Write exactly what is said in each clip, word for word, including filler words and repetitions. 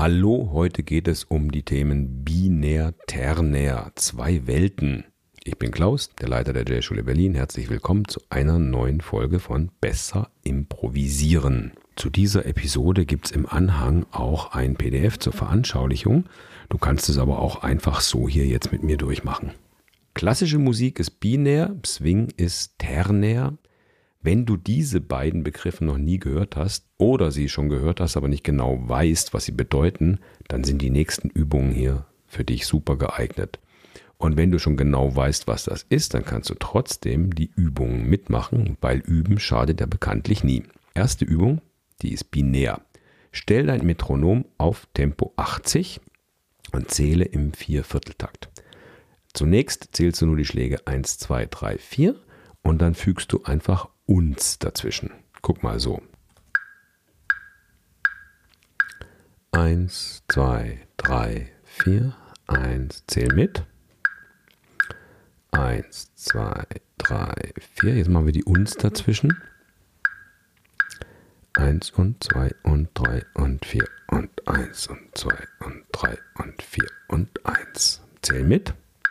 Hallo, heute geht es um die Themen binär, ternär, zwei Welten. Ich bin Klaus, der Leiter der Jazzschule Berlin. Herzlich willkommen zu einer neuen Folge von Besser improvisieren. Zu dieser Episode gibt es im Anhang auch ein P D F zur Veranschaulichung. Du kannst es aber auch einfach so hier jetzt mit mir durchmachen. Klassische Musik ist binär, Swing ist ternär. Wenn du diese beiden Begriffe noch nie gehört hast oder sie schon gehört hast, aber nicht genau weißt, was sie bedeuten, dann sind die nächsten Übungen hier für dich super geeignet. Und wenn du schon genau weißt, was das ist, dann kannst du trotzdem die Übungen mitmachen, weil Üben schadet ja bekanntlich nie. Erste Übung, die ist binär. Stell dein Metronom auf Tempo achtzig und zähle im Viervierteltakt. Zunächst zählst du nur die Schläge eins, zwei, drei, vier und dann fügst du einfach uns dazwischen. Guck mal so. eins, zwei, drei, vier, eins, zähl mit. eins, zwei, drei, vier. Jetzt machen wir die uns dazwischen. eins und zwei und drei und vier und eins und zwei und drei und vier und eins. Zähl mit.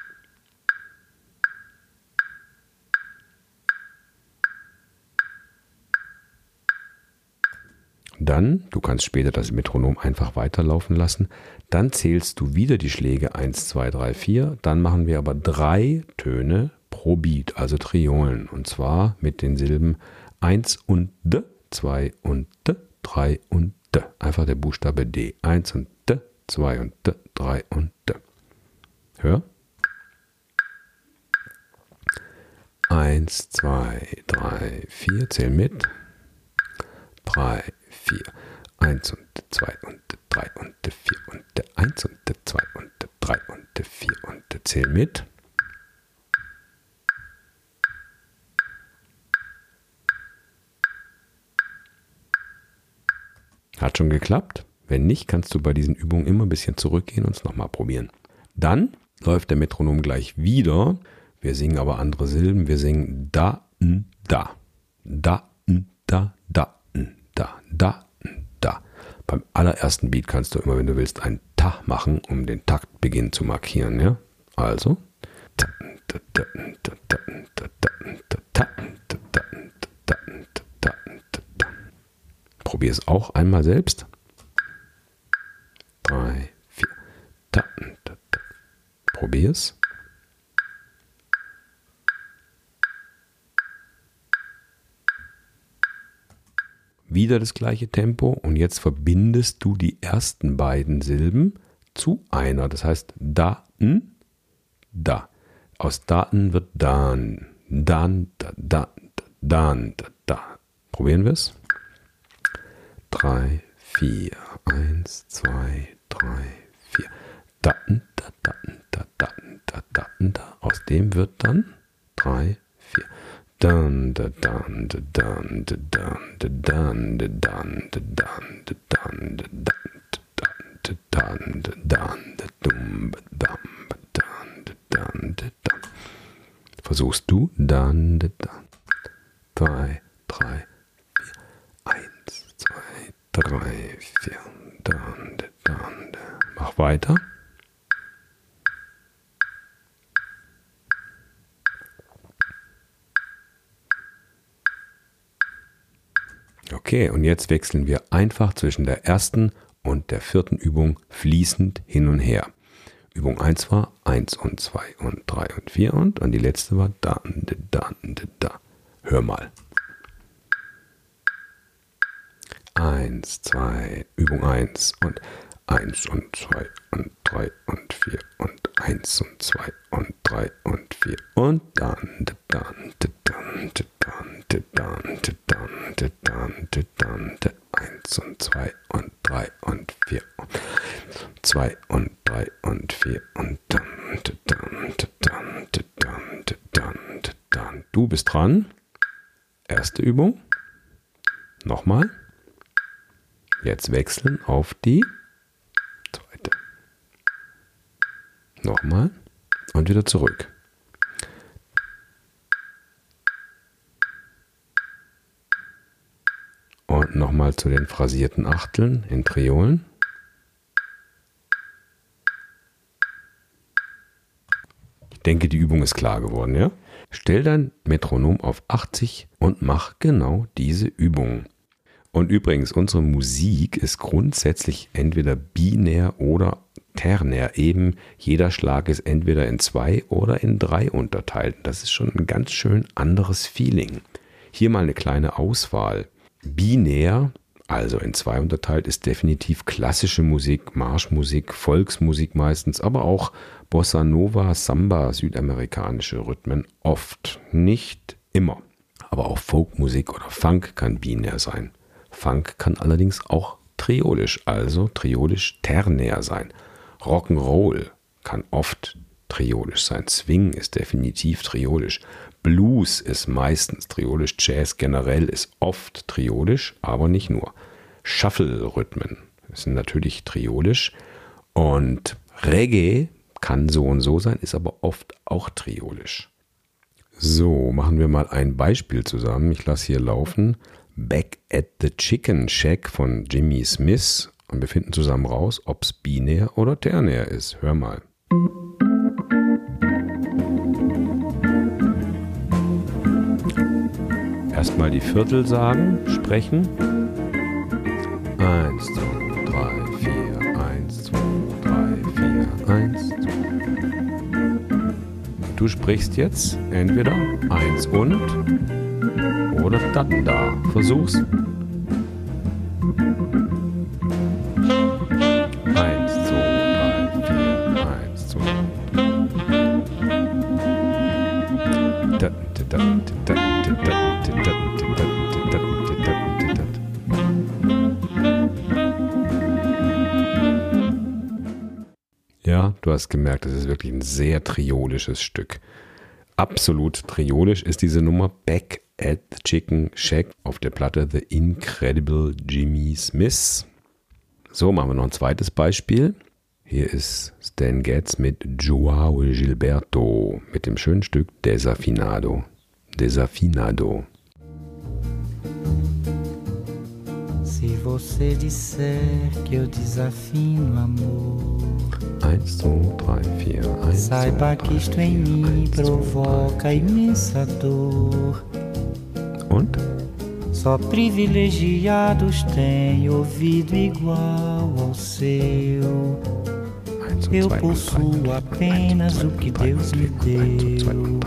Dann, du kannst später das Metronom einfach weiterlaufen lassen, dann zählst du wieder die Schläge eins, zwei, drei, vier, dann machen wir aber drei Töne pro Beat, also Triolen, und zwar mit den Silben eins und D, zwei und D, drei und D, einfach der Buchstabe D, eins und D, zwei und D, drei und D. Hör. eins, zwei, drei, vier, zähl mit. drei, vier, eins und zwei und drei und vier und eins und zwei und drei und vier und zähl mit. Hat schon geklappt? Wenn nicht, kannst du bei diesen Übungen immer ein bisschen zurückgehen und es nochmal probieren. Dann läuft der Metronom gleich wieder. Wir singen aber andere Silben. Wir singen da, n, da, da, n, da, da. Da, da, da. Beim allerersten Beat kannst du immer, wenn du willst, ein Ta machen, um den Taktbeginn zu markieren. Ja? Also. Probier es auch einmal selbst. Drei, vier. Probier es. Wieder das gleiche Tempo und jetzt verbindest du die ersten beiden Silben zu einer. Das heißt da, n, da. Aus da'n wird dan, dan, da, da, dan, da, da. Probieren wir es. Drei, vier, eins, zwei, drei, vier. Da, da, da, da, da, da, da, da. Aus dem wird dann drei, vier. Dun, da, dun, da, dun, da, dun, da, dun, da, dun, da, dun, da, dun, da, dun, da, dun, da, dun, da, dum, ba, dum, ba, dun, da, dun, da, dun. Versuchst du? Dun, da, dun. Drei, drei, vier. Eins, zwei, drei, vier. Dun, da, dun, da. Mach weiter. Okay, und jetzt wechseln wir einfach zwischen der ersten und der vierten Übung fließend hin und her. Übung eins war eins und zwei und drei und vier und, und die letzte war da, da, da, da, da. Hör mal. eins, zwei, Übung eins und eins und zwei und drei und vier und eins und zwei und drei und vier und dann, dann, dann, dann, dann, dann, dann, dann, dann, eins und zwei und drei und vier und zwei und drei und vier und dann, dann, dann, dann, dann, dann. Du bist dran. Erste Übung. Nochmal. Jetzt wechseln auf die zweite. Nochmal und wieder zurück. Und nochmal zu den phrasierten Achteln in Triolen. denke, die Übung ist klar geworden, ja? Stell dein Metronom auf achtzig und mach genau diese Übung. Und übrigens, unsere Musik ist grundsätzlich entweder binär oder ternär. Eben jeder Schlag ist entweder in zwei oder in drei unterteilt. Das ist schon ein ganz schön anderes Feeling. Hier mal eine kleine Auswahl. Binär, also in zwei unterteilt, ist definitiv klassische Musik, Marschmusik, Volksmusik meistens, aber auch Bossa Nova, Samba, südamerikanische Rhythmen oft, nicht immer. Aber auch Folkmusik oder Funk kann binär sein. Funk kann allerdings auch triolisch, also triolisch ternär sein. Rock'n'Roll kann oft triolisch sein. Swing ist definitiv triolisch. Blues ist meistens triolisch. Jazz generell ist oft triolisch, aber nicht nur. Shuffle-Rhythmen sind natürlich triolisch. Und Reggae kann so und so sein, ist aber oft auch triolisch. So, machen wir mal ein Beispiel zusammen. Ich lasse hier laufen. Back at the Chicken Shack von Jimmy Smith. Und wir finden zusammen raus, ob es binär oder ternär ist. Hör mal. Erstmal die Viertel sagen, sprechen. Eins, zwei, drei, vier, eins, zwei, drei, vier, eins, zwei. Du sprichst jetzt entweder eins und oder dann da. Versuch's. Eins, zwei, drei, vier, eins, zwei, Ja, du hast gemerkt, das ist wirklich ein sehr triolisches Stück. Absolut triolisch ist diese Nummer Back at the Chicken Shack auf der Platte The Incredible Jimmy Smith. So, machen wir noch ein zweites Beispiel. Hier ist Stan Getz mit Joao Gilberto mit dem schönen Stück Desafinado. Desafinado. Se você disser que eu desafino amor, eins, zwei, drei, vier, eins, saiba que isto em mim provoca imensa dor. Und? Só privilegiados têm ouvido igual ao seu. Eu possuo apenas o que Deus me deu.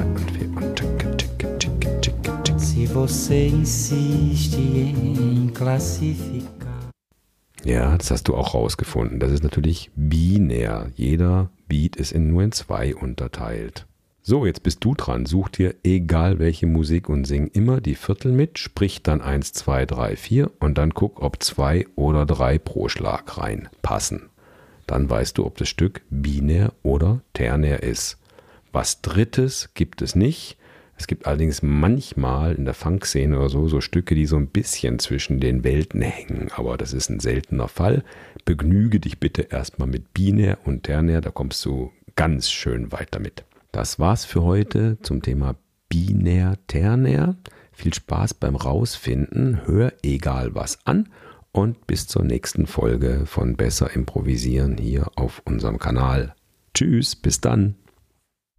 Se você insiste em classificar. Ja, das hast du auch rausgefunden. Das ist natürlich binär. Jeder Beat ist in nur in zwei unterteilt. So, jetzt bist du dran. Such dir egal welche Musik und sing immer die Viertel mit, sprich dann eins, zwei, drei, vier und dann guck, ob zwei oder drei pro Schlag reinpassen. Dann weißt du, ob das Stück binär oder ternär ist. Was Drittes gibt es nicht. Es gibt allerdings manchmal in der Funk-Szene oder so, so Stücke, die so ein bisschen zwischen den Welten hängen. Aber das ist ein seltener Fall. Begnüge dich bitte erstmal mit binär und ternär, da kommst du ganz schön weit damit. Das war's für heute zum Thema binär-ternär. Viel Spaß beim Rausfinden. Hör egal was an und bis zur nächsten Folge von Besser Improvisieren hier auf unserem Kanal. Tschüss, bis dann.